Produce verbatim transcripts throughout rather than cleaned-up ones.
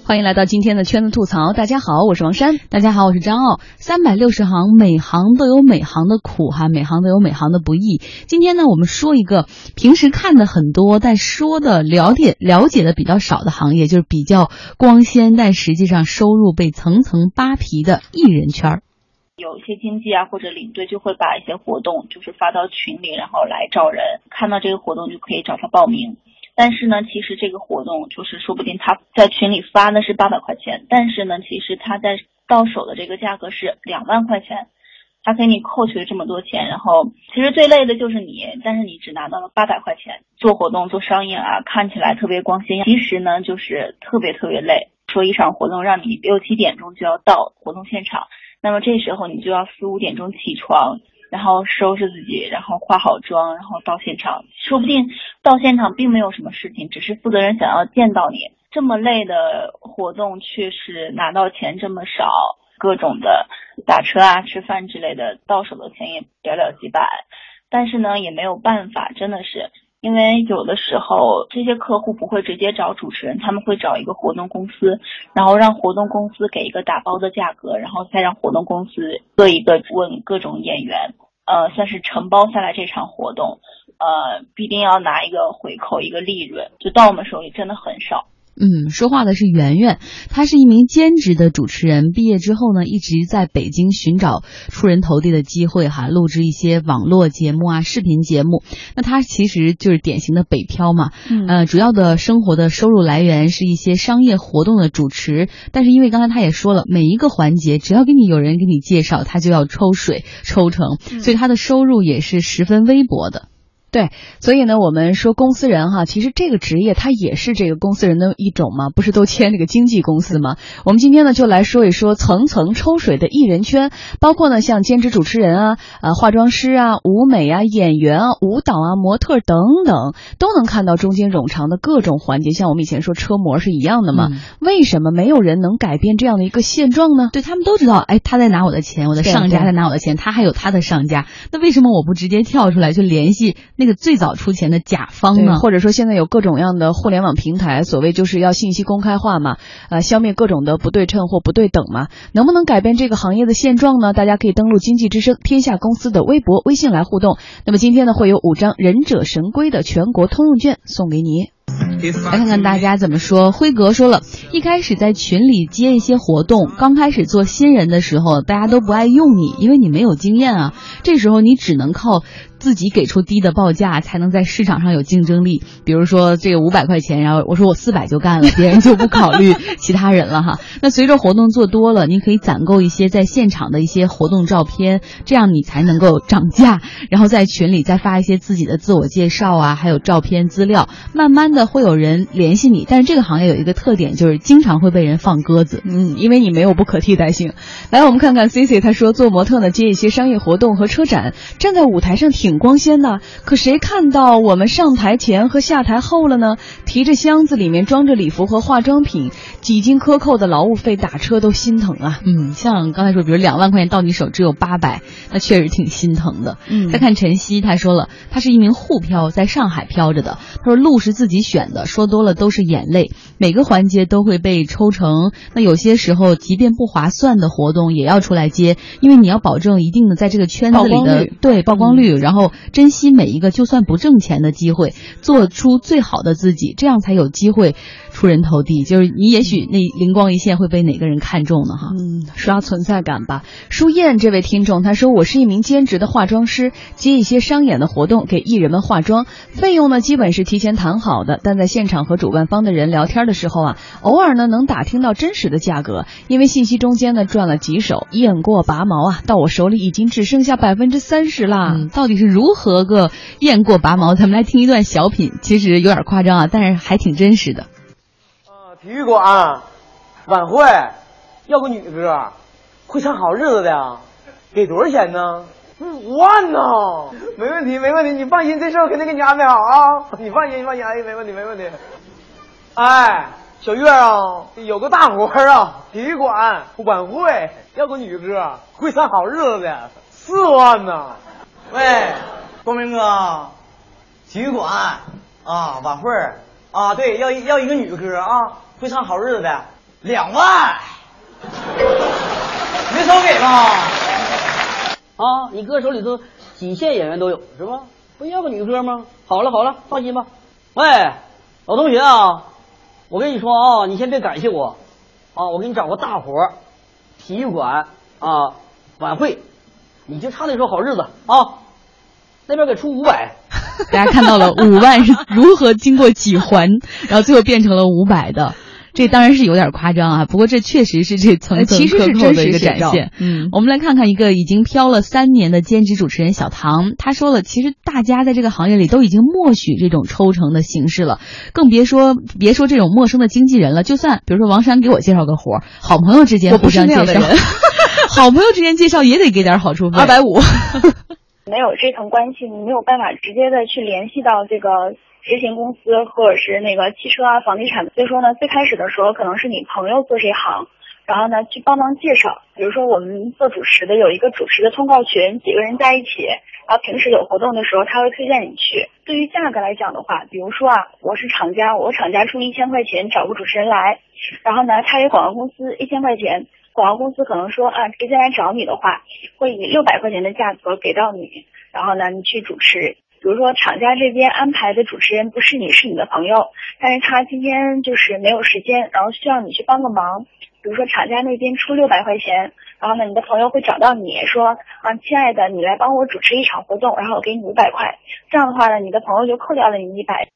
欢迎来到今天的圈子吐槽。大家好，我是王珊。大家好，我是张傲。三百六十行，每行都有每行的苦哈，每行都有每行的不易。今天呢，我们说一个平时看的很多，但说的了解了解的比较少的行业，就是比较光鲜，但实际上收入被层层扒皮的艺人圈。 有一些经纪啊或者领队就会把一些活动就是发到群里，然后来找人，看到这个活动就可以找他报名。但是呢，其实这个活动就是说不定他在群里发的是八百块钱，但是呢，其实他在到手的这个价格是两万块钱，他给你扣取了这么多钱，然后其实最累的就是你，但是你只拿到了八百块钱。做活动做商业啊，看起来特别光鲜，其实呢就是特别特别累。说一场活动让你六七点钟就要到活动现场，那么这时候你就要四五点钟起床，然后收拾自己，然后化好妆，然后到现场。说不定到现场并没有什么事情，只是负责人想要见到你。这么累的活动却是拿到钱这么少，各种的打车啊吃饭之类的，到手的钱也寥寥几百。但是呢也没有办法，真的是因为有的时候这些客户不会直接找主持人，他们会找一个活动公司，然后让活动公司给一个打包的价格，然后再让活动公司一个一个问各种演员，呃，算是承包下来这场活动，呃，必定要拿一个回扣，一个利润，就到我们手里真的很少。 嗯，说话的是圆圆，她是一名兼职的主持人，毕业之后呢，一直在北京寻找出人头地的机会哈，录制一些网络节目啊、视频节目。那她其实就是典型的北漂嘛，嗯、呃，主要的生活的收入来源是一些商业活动的主持，但是因为刚才她也说了，每一个环节只要给你有人给你介绍，她就要抽水抽成，所以她的收入也是十分微薄的。 对，所以呢，我们说公司人哈，其实这个职业它也是这个公司人的一种嘛，不是都签这个经纪公司吗？我们今天呢就来说一说层层抽水的艺人圈，包括呢像兼职主持人啊、呃化妆师啊、舞美啊、演员啊、舞蹈啊、模特等等，都能看到中间冗长的各种环节，像我们以前说车模是一样的嘛。嗯、为什么没有人能改变这样的一个现状呢？ 对，他们都知道，哎，他在拿我的钱，我的上家在拿我的钱，他还有他的上家，那为什么我不直接跳出来去联系那个最早出钱的甲方呢？ 或者说现在有各种样的互联网平台，所谓就是要信息公开化嘛，呃，消灭各种的不对称或不对等嘛。能不能改变这个行业的现状呢？大家可以登录经济之声天下公司的微博、微信来互动。那么今天呢，会有五张忍者神龟的全国通用券送给你。 来看看大家怎么说。辉格说了，一开始在群里接一些活动，刚开始做新人的时候，大家都不爱用你，因为你没有经验啊。这时候你只能靠自己给出低的报价，才能在市场上有竞争力。比如说这个五百块钱，然后我说我四百就干了，别人就不考虑其他人了哈。那随着活动做多了，你可以攒够一些在现场的一些活动照片，这样你才能够涨价。然后在群里再发一些自己的自我介绍啊，还有照片资料，慢慢的会有人联系你。但是这个行业有一个特点，就是经常会被人放鸽子， 嗯，因为你没有不可替代性。来，我们看看 C C， 他说做模特呢，接一些商业活动和车展，站在舞台上挺光鲜的，可谁看到我们上台前和下台后了呢？提着箱子里面装着礼服和化妆品，几经克扣的劳务费，打车都心疼啊。 嗯，像刚才说，比如两万块钱到你手只有八百，那确实挺心疼的。嗯，再看晨曦，他说了，他是一名沪漂，在上海漂着的。他说路是自己选的，说多了都是眼泪，每个环节都会被抽成。那有些时候，即便不划算的活动也要出来接，因为你要保证一定的在这个圈子里的对曝光率，然后珍惜每一个就算不挣钱的机会，做出最好的自己，这样才有机会出人头地。就是你也许那灵光一现会被哪个人看中呢哈？ 嗯，刷存在感吧。舒燕这位听众他说，我是一名兼职的化妆师，接一些商演的活动给艺人们化妆，费用呢基本是提前谈好的，但在现场和主办方的人聊天的时候啊，偶尔呢能打听到真实的价格，因为信息中间呢赚了几手，雁过拔毛啊，到我手里已经只剩下百分之三十啦。 嗯，到底是如何个雁过拔毛？咱们来听一段小品，其实有点夸张啊，但是还挺真实的。 呃，体育馆晚会要个女歌，会唱好日子的，给多少钱呢？五万呢？没问题，没问题，你放心，这事我肯定给你安排好啊！你放心，你放心，哎，没问题，没问题。哎，小月啊，有个大活啊，体育馆晚会要个女歌，会唱好日子的，四万呢。 喂，光明哥，体育馆啊，晚会啊，对，要要一个女歌啊，会唱好日子的， 两万，没少给吧？啊，你哥手里头几线演员都有是吧？不要个女歌吗？好了好了，放心吧。喂，老同学啊，我跟你说啊，你先别感谢我啊，我给你找个大活儿，体育馆啊晚会，你就差那时候好日子啊，那边给出五百。 大家看到了五万是如何经过几环，然后最后变成了五百的。这当然是有点夸张啊，不过这确实是这层层克扣的一个展现。嗯，我们来看看一个已经飘了三年的兼职主持人小唐，他说了，其实大家在这个行业里都已经默许这种抽成的形式了，更别说别说这种陌生的经纪人了。就算比如说王珊给我介绍个活，好朋友之间互相介绍，好朋友之间介绍也得给点好处费，二百五。 没有这层关系，你没有办法直接的去联系到这个执行公司或者是那个汽车啊、房地产。所以说呢，最开始的时候可能是你朋友做这行，然后呢去帮忙介绍。比如说我们做主持的有一个主持的通告群，几个人在一起，然后平时有活动的时候他会推荐你去。对于价格来讲的话，比如说啊，我是厂家，我厂家出一千块钱找个主持人来，然后呢他给广告公司一千块钱。广告公司可能说啊，直接来找你的话，会以六百块钱的价格给到你，然后呢，你去主持。比如说厂家这边安排的主持人不是你，是你的朋友，但是他今天就是没有时间，然后需要你去帮个忙。比如说厂家那边出六百块钱，然后呢，你的朋友会找到你说啊，亲爱的，你来帮我主持一场活动，然后我给你五百块。这样的话呢，你的朋友就扣掉了你一百。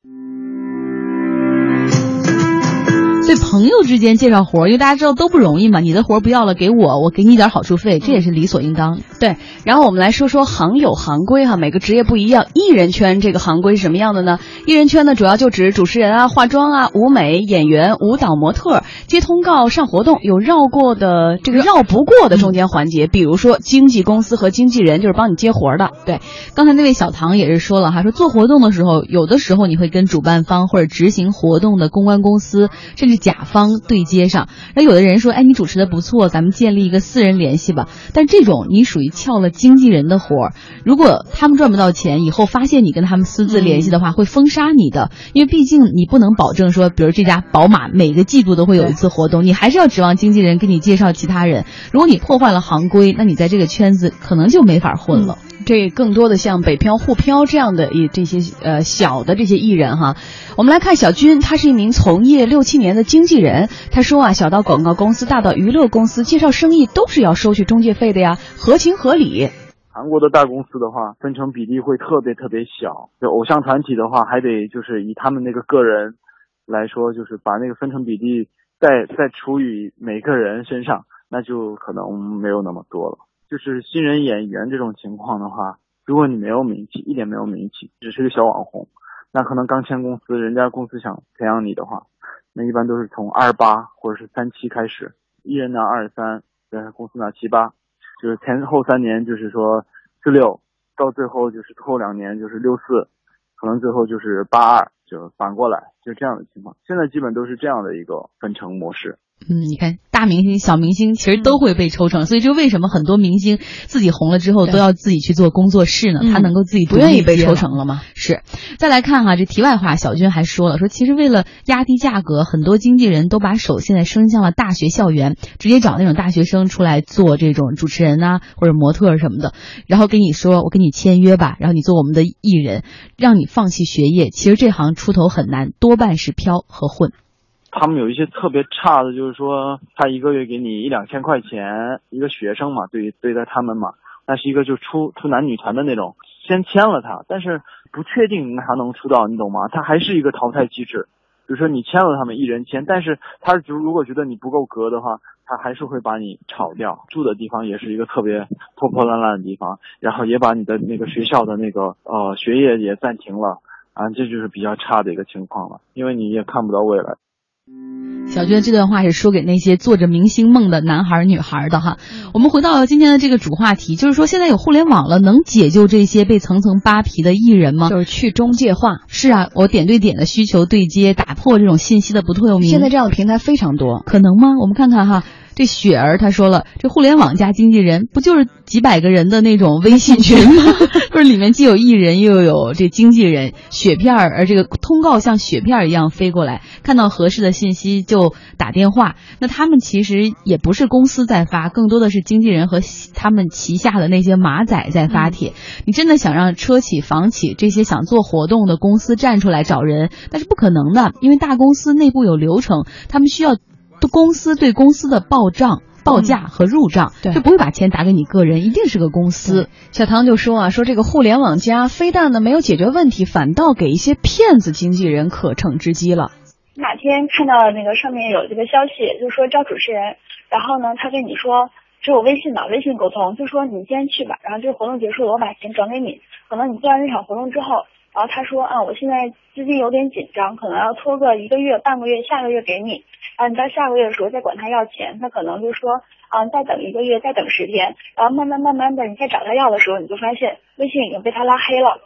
所以朋友之间介绍活，因为大家知道都不容易嘛，你的活不要了给我，我给你点好处费，这也是理所应当。 对，然后我们来说说行有行规哈，每个职业不一样。艺人圈这个行规是什么样的呢？艺人圈呢，主要就指主持人啊、化妆啊、舞美、演员、舞蹈、模特、接通告、上活动，有绕过的这个绕不过的中间环节，比如说经纪公司和经纪人就是帮你接活的。 对，刚才那位小唐也是说了哈，说做活动的时候，有的时候你会跟主办方或者执行活动的公关公司，甚至甲方对接上。那有的人说，哎，你主持的不错，咱们建立一个私人联系吧。但这种你属于撬了经纪人的活儿，如果他们赚不到钱，以后发现你跟他们私自联系的话，会封杀你的。因为毕竟你不能保证说，比如这家宝马每个季度都会有一次活动，你还是要指望经纪人给你介绍其他人。如果你破坏了行规，那你在这个圈子可能就没法混了。 嗯，这更多的像北漂、沪漂这样的这些呃小的这些艺人哈。我们来看小军，他是一名从业六七年的经纪人。他说啊，小到广告公司，大到娱乐公司，介绍生意都是要收取中介费的呀，合情合理。 韩国的大公司的话，分成比例会特别特别小。就偶像团体的话，还得就是以他们那个个人来说，就是把那个分成比例再再除以每个人身上，那就可能没有那么多了。就是新人演员这种情况的话，如果你没有名气，一点没有名气，只是个小网红，那可能刚签公司，人家公司想培养你的话，那一般都是从二八或者是三七开始，一人拿二三，公司拿七八，就是前后三年就是说四六，到最后就是后两年就是六四，可能最后就是八二，就反过来，就这样的情况。现在基本都是这样的一个分成模式。 嗯，你看大明星、小明星其实都会被抽成，所以就为什么很多明星自己红了之后都要自己去做工作室呢？他能够自己不愿意被抽成了吗？ 是。再来看哈，这题外话，小军还说了，说其实为了压低价格，很多经纪人都把手现在伸向了大学校园，直接找那种大学生出来做这种主持人啊或者模特什么的，然后跟你说我跟你签约吧，然后你做我们的艺人，让你放弃学业。其实这行出头很难，多半是飘和混。 他们有一些特别差的，就是说他一个月给你一两千块钱，一个学生嘛，对对待他们嘛，那是一个就出出男女团的那种，先签了他，但是不确定他能出道，你懂吗？他还是一个淘汰机制。比如说你签了他们一人签，但是他如果觉得你不够格的话，他还是会把你炒掉。住的地方也是一个特别破破烂烂的地方，然后也把你的那个学校的那个呃学业也暂停了啊，这就是比较差的一个情况了，因为你也看不到未来。 小娟这段话是说给那些做着明星梦的男孩女孩的哈。我们回到今天的这个主话题，就是说现在有互联网了，能解救这些被层层扒皮的艺人吗？ 就是去中介化。 是啊，我点对点的需求对接，打破这种信息的不透明。 现在这样的平台非常多， 可能吗？我们看看哈。 这雪儿她说了，这互联网加经纪人不就是几百个人的那种微信群吗？不是里面既有艺人又有这经纪人，雪片儿，而这个通告像雪片儿一样飞过来，看到合适的信息就打电话。那他们其实也不是公司在发，更多的是经纪人和他们旗下的那些马仔在发帖。嗯、你真的想让车企、房企这些想做活动的公司站出来找人，那是不可能的，因为大公司内部有流程，他们需要公司对公司的报账。报价和入账， 对， 就不会把钱打给你个人，一定是个公司。 小唐就说啊，说这个互联网加非但呢没有解决问题，反倒给一些骗子经纪人可乘之机了。 哪天看到那个上面有这个消息，就说招主持人，然后呢，他跟你说只有微信的微信沟通，就说你先去吧，然后这个活动结束了，我把钱转给你。可能你做完这场活动之后，然后他说啊，我现在资金有点紧张，可能要拖个一个月、半个月，下个月给你。然后你到下个月的时候再管他要钱，他可能就说啊，再等一个月，再等十天，然后慢慢慢慢的，你再找他要的时候，你就发现微信已经被他拉黑了。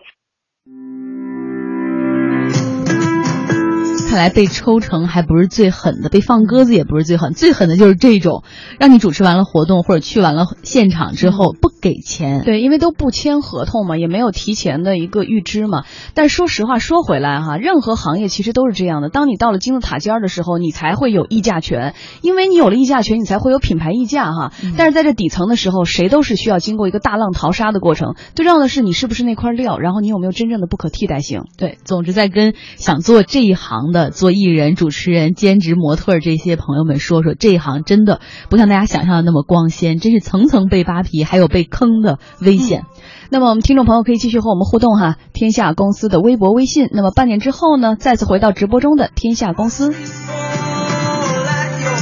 看来被抽成还不是最狠的，被放鸽子也不是最狠，最狠的就是这种让你主持完了活动或者去完了现场之后不给钱。 对，因为都不签合同嘛，也没有提前的一个预支嘛。但说实话说回来哈，任何行业其实都是这样的，当你到了金字塔尖的时候，你才会有议价权，因为你有了议价权，你才会有品牌溢价哈。嗯、但是在这底层的时候，谁都是需要经过一个大浪淘沙的过程，最重要的是你是不是那块料，然后你有没有真正的不可替代性。 对，总之在跟想做这一行的做艺人、主持人、兼职模特这些朋友们说说，这一行真的不像大家想象的那么光鲜，真是层层被扒皮，还有被坑的危险。 嗯、那么我们听众朋友可以继续和我们互动哈，天下公司的微博、微信。那么半年之后呢，再次回到直播中的天下公司。